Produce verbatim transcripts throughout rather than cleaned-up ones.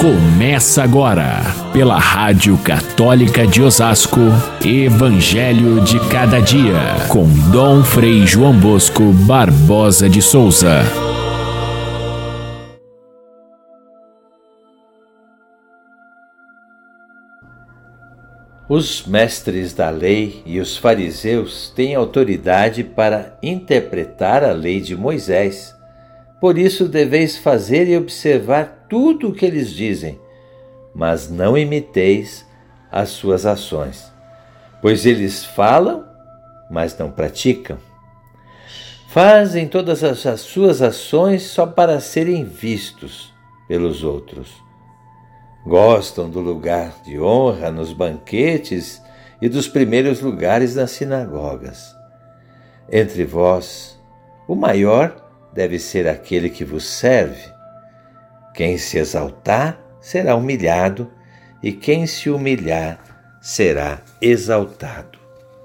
Começa agora, pela Rádio Católica de Osasco, Evangelho de Cada Dia, com Dom Frei João Bosco Barbosa de Souza. Os mestres da lei e os fariseus têm autoridade para interpretar a lei de Moisés. Por isso deveis fazer e observar tudo o que eles dizem, mas não imiteis as suas ações, pois eles falam, mas não praticam. Fazem todas as suas ações só para serem vistos pelos outros. Gostam do lugar de honra nos banquetes e dos primeiros lugares nas sinagogas. Entre vós, o maior deve ser aquele que vos serve. Quem se exaltar será humilhado, e quem se humilhar será exaltado.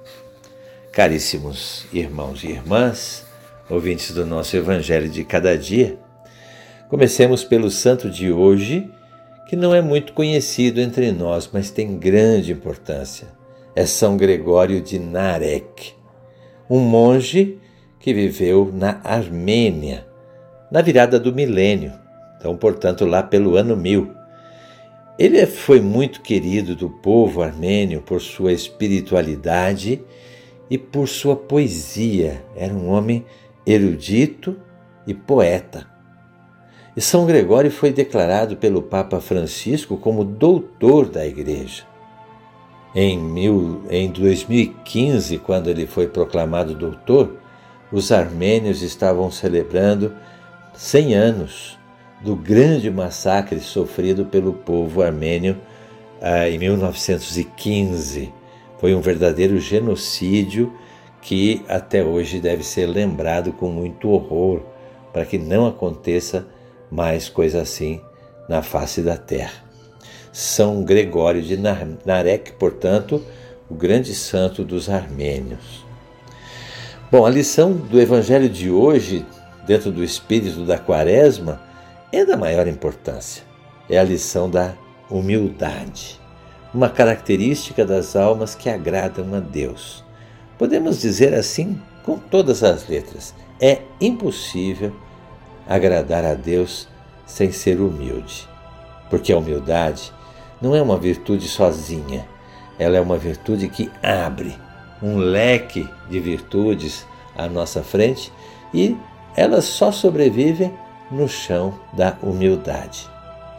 Caríssimos irmãos e irmãs, ouvintes do nosso Evangelho de Cada Dia, comecemos pelo santo de hoje, que não é muito conhecido entre nós, mas tem grande importância. É São Gregório de Narek, um monge que viveu na Armênia, na virada do milênio, então, portanto, lá pelo ano mil. Ele foi muito querido do povo armênio por sua espiritualidade e por sua poesia. Era um homem erudito e poeta. E São Gregório foi declarado pelo Papa Francisco como doutor da Igreja. Em, mil, em dois mil e quinze, quando ele foi proclamado doutor, os armênios estavam celebrando cem anos do grande massacre sofrido pelo povo armênio ah, em mil novecentos e quinze. Foi um verdadeiro genocídio que até hoje deve ser lembrado com muito horror, para que não aconteça mais coisa assim na face da terra. São Gregório de Narek, portanto, o grande santo dos armênios. Bom, a lição do Evangelho de hoje, dentro do espírito da Quaresma, é da maior importância. É a lição da humildade, uma característica das almas que agradam a Deus. Podemos dizer assim com todas as letras: é impossível agradar a Deus sem ser humilde, porque a humildade não é uma virtude sozinha, ela é uma virtude que abre um leque de virtudes à nossa frente e elas só sobrevivem no chão da humildade.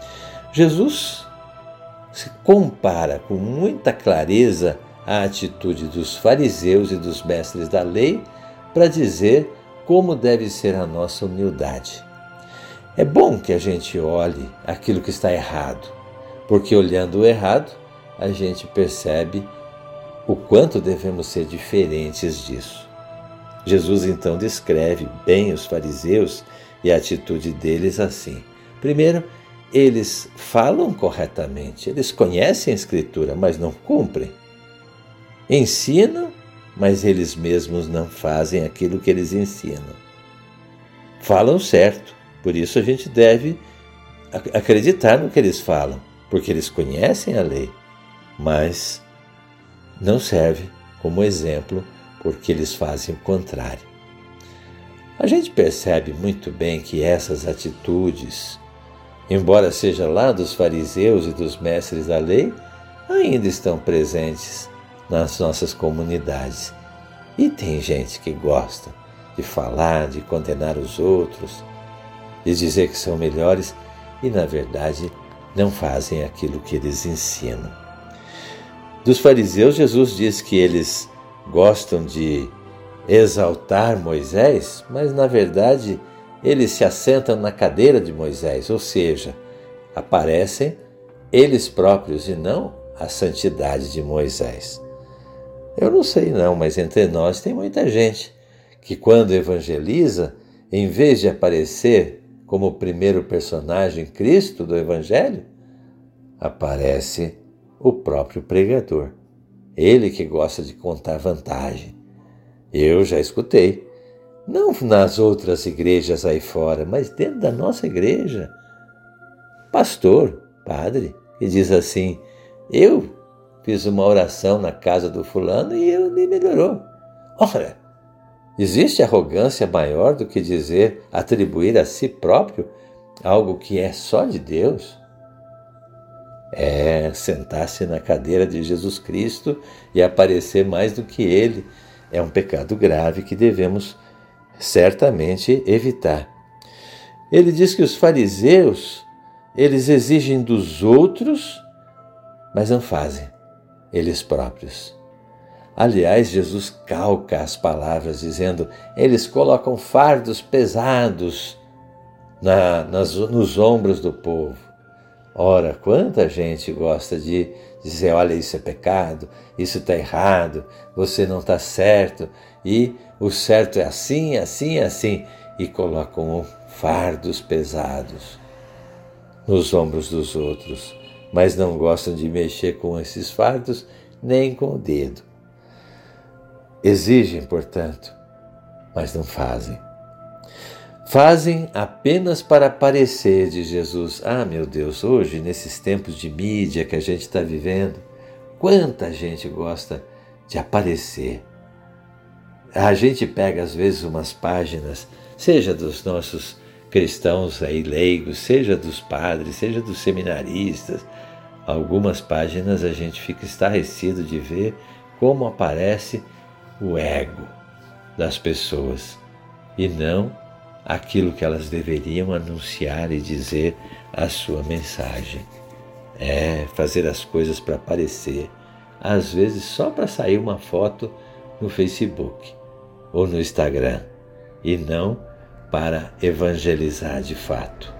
Jesus se compara com muita clareza a atitude dos fariseus e dos mestres da lei para dizer como deve ser a nossa humildade. É bom que a gente olhe aquilo que está errado, porque olhando o errado, a gente percebe o quanto devemos ser diferentes disso. Jesus então descreve bem os fariseus e a atitude deles assim. Primeiro, eles falam corretamente, eles conhecem a Escritura, mas não cumprem. Ensinam, mas eles mesmos não fazem aquilo que eles ensinam. Falam certo, por isso a gente deve acreditar no que eles falam, porque eles conhecem a lei, mas não serve como exemplo porque eles fazem o contrário. A gente percebe muito bem que essas atitudes, embora seja lá dos fariseus e dos mestres da lei, ainda estão presentes nas nossas comunidades. E tem gente que gosta de falar, de condenar os outros, de dizer que são melhores e, na verdade, não fazem aquilo que eles ensinam. Dos fariseus, Jesus diz que eles gostam de exaltar Moisés, mas na verdade eles se assentam na cadeira de Moisés, ou seja, aparecem eles próprios e não a santidade de Moisés. Eu não sei não, mas entre nós tem muita gente que quando evangeliza, em vez de aparecer como o primeiro personagem Cristo do Evangelho, aparece o próprio pregador. Ele que gosta de contar vantagem. Eu já escutei, não nas outras igrejas aí fora, mas dentro da nossa igreja. Pastor, padre que diz assim: eu fiz uma oração na casa do fulano e ele melhorou. Ora, existe arrogância maior do que dizer, atribuir a si próprio algo que é só de Deus? É sentar-se na cadeira de Jesus Cristo e aparecer mais do que Ele. É um pecado grave que devemos certamente evitar. Ele diz que os fariseus, eles exigem dos outros, mas não fazem eles próprios. Aliás, Jesus calca as palavras dizendo: eles colocam fardos pesados na, nas, nos ombros do povo. Ora, quanta gente gosta de dizer: olha, isso é pecado, isso está errado, você não está certo, e o certo é assim, assim, assim, e colocam fardos pesados nos ombros dos outros, mas não gostam de mexer com esses fardos nem com o dedo. Exigem, portanto, mas não fazem. Fazem apenas para aparecer, de Jesus. Ah, meu Deus, hoje, nesses tempos de mídia que a gente está vivendo, quanta gente gosta de aparecer. A gente pega, às vezes, umas páginas, seja dos nossos cristãos aí leigos, seja dos padres, seja dos seminaristas. Algumas páginas a gente fica estarrecido de ver como aparece o ego das pessoas e não aquilo que elas deveriam anunciar e dizer a sua mensagem. É fazer as coisas para aparecer, às vezes só para sair uma foto no Facebook ou no Instagram, e não para evangelizar de fato.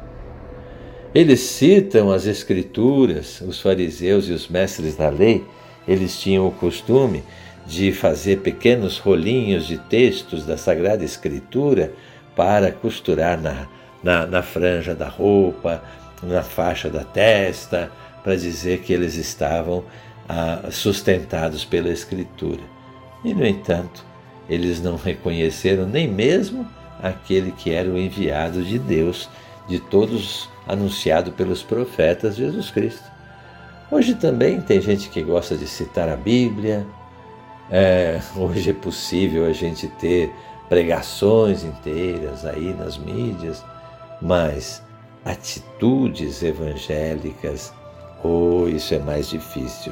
Eles citam as Escrituras, os fariseus e os mestres da lei, eles tinham o costume de fazer pequenos rolinhos de textos da Sagrada Escritura para costurar na, na, na franja da roupa, na faixa da testa, para dizer que eles estavam ah, sustentados pela Escritura. E, no entanto, eles não reconheceram nem mesmo aquele que era o enviado de Deus, de todos anunciado pelos profetas, Jesus Cristo. Hoje também tem gente que gosta de citar a Bíblia. É, hoje é possível a gente ter pregações inteiras aí nas mídias, mas atitudes evangélicas, oh, isso é mais difícil.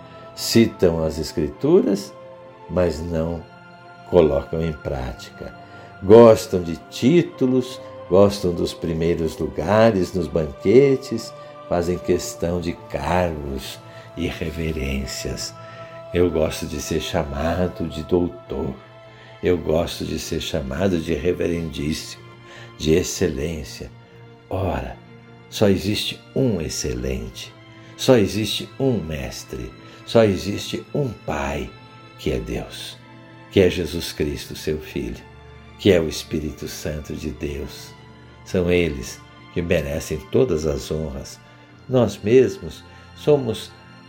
Citam as Escrituras, mas não colocam em prática. Gostam de títulos, gostam dos primeiros lugares nos banquetes, fazem questão de cargos e reverências. Eu gosto de ser chamado de doutor, eu gosto de ser chamado de reverendíssimo, de excelência. Ora, só existe um excelente, só existe um mestre, só existe um Pai, que é Deus, que é Jesus Cristo, seu Filho, que é o Espírito Santo de Deus. São eles que merecem todas as honras. Nós mesmos somos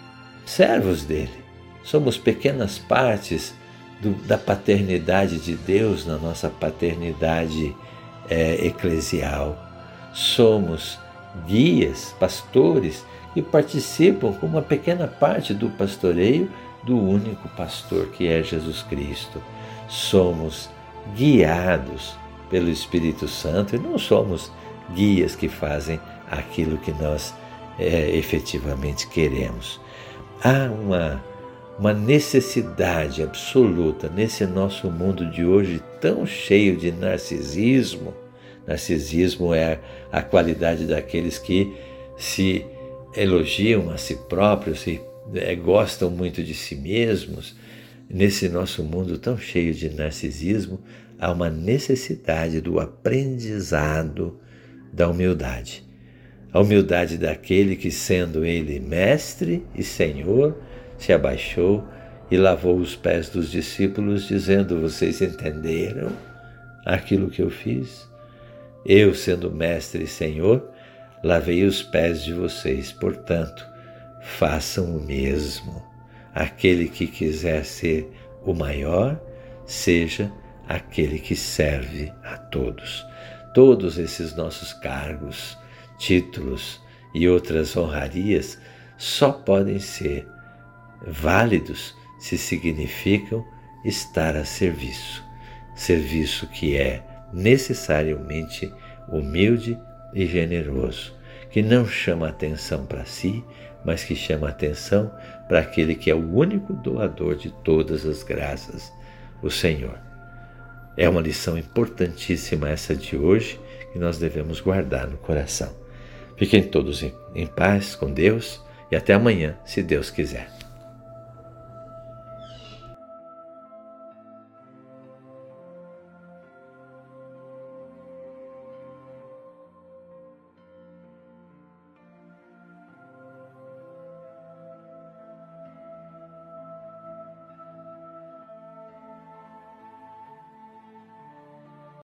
servos dele. Somos pequenas partes do, da paternidade de Deus na nossa paternidade é, eclesial. Somos guias, pastores, que participam com uma pequena parte do pastoreio do único pastor que é Jesus Cristo. Somos guiados pelo Espírito Santo e não somos guias que fazem aquilo que nós é, efetivamente queremos. Há uma, uma necessidade absoluta nesse nosso mundo de hoje tão cheio de narcisismo. Narcisismo é a qualidade daqueles que se elogiam a si próprios e é, gostam muito de si mesmos. Nesse nosso mundo tão cheio de narcisismo, há uma necessidade do aprendizado da humildade. A humildade daquele que, sendo ele mestre e senhor, se abaixou e lavou os pés dos discípulos, dizendo: vocês entenderam aquilo que eu fiz? Eu, sendo mestre e senhor, lavei os pés de vocês, portanto, façam o mesmo. Aquele que quiser ser o maior, seja aquele que serve a todos. Todos esses nossos cargos, títulos e outras honrarias só podem ser válidos se significam estar a serviço. Serviço que é necessariamente humilde e generoso, que não chama atenção para si, mas que chama atenção para aquele que é o único doador de todas as graças, o Senhor. É uma lição importantíssima essa de hoje, que nós devemos guardar no coração. Fiquem todos em paz com Deus e até amanhã, se Deus quiser.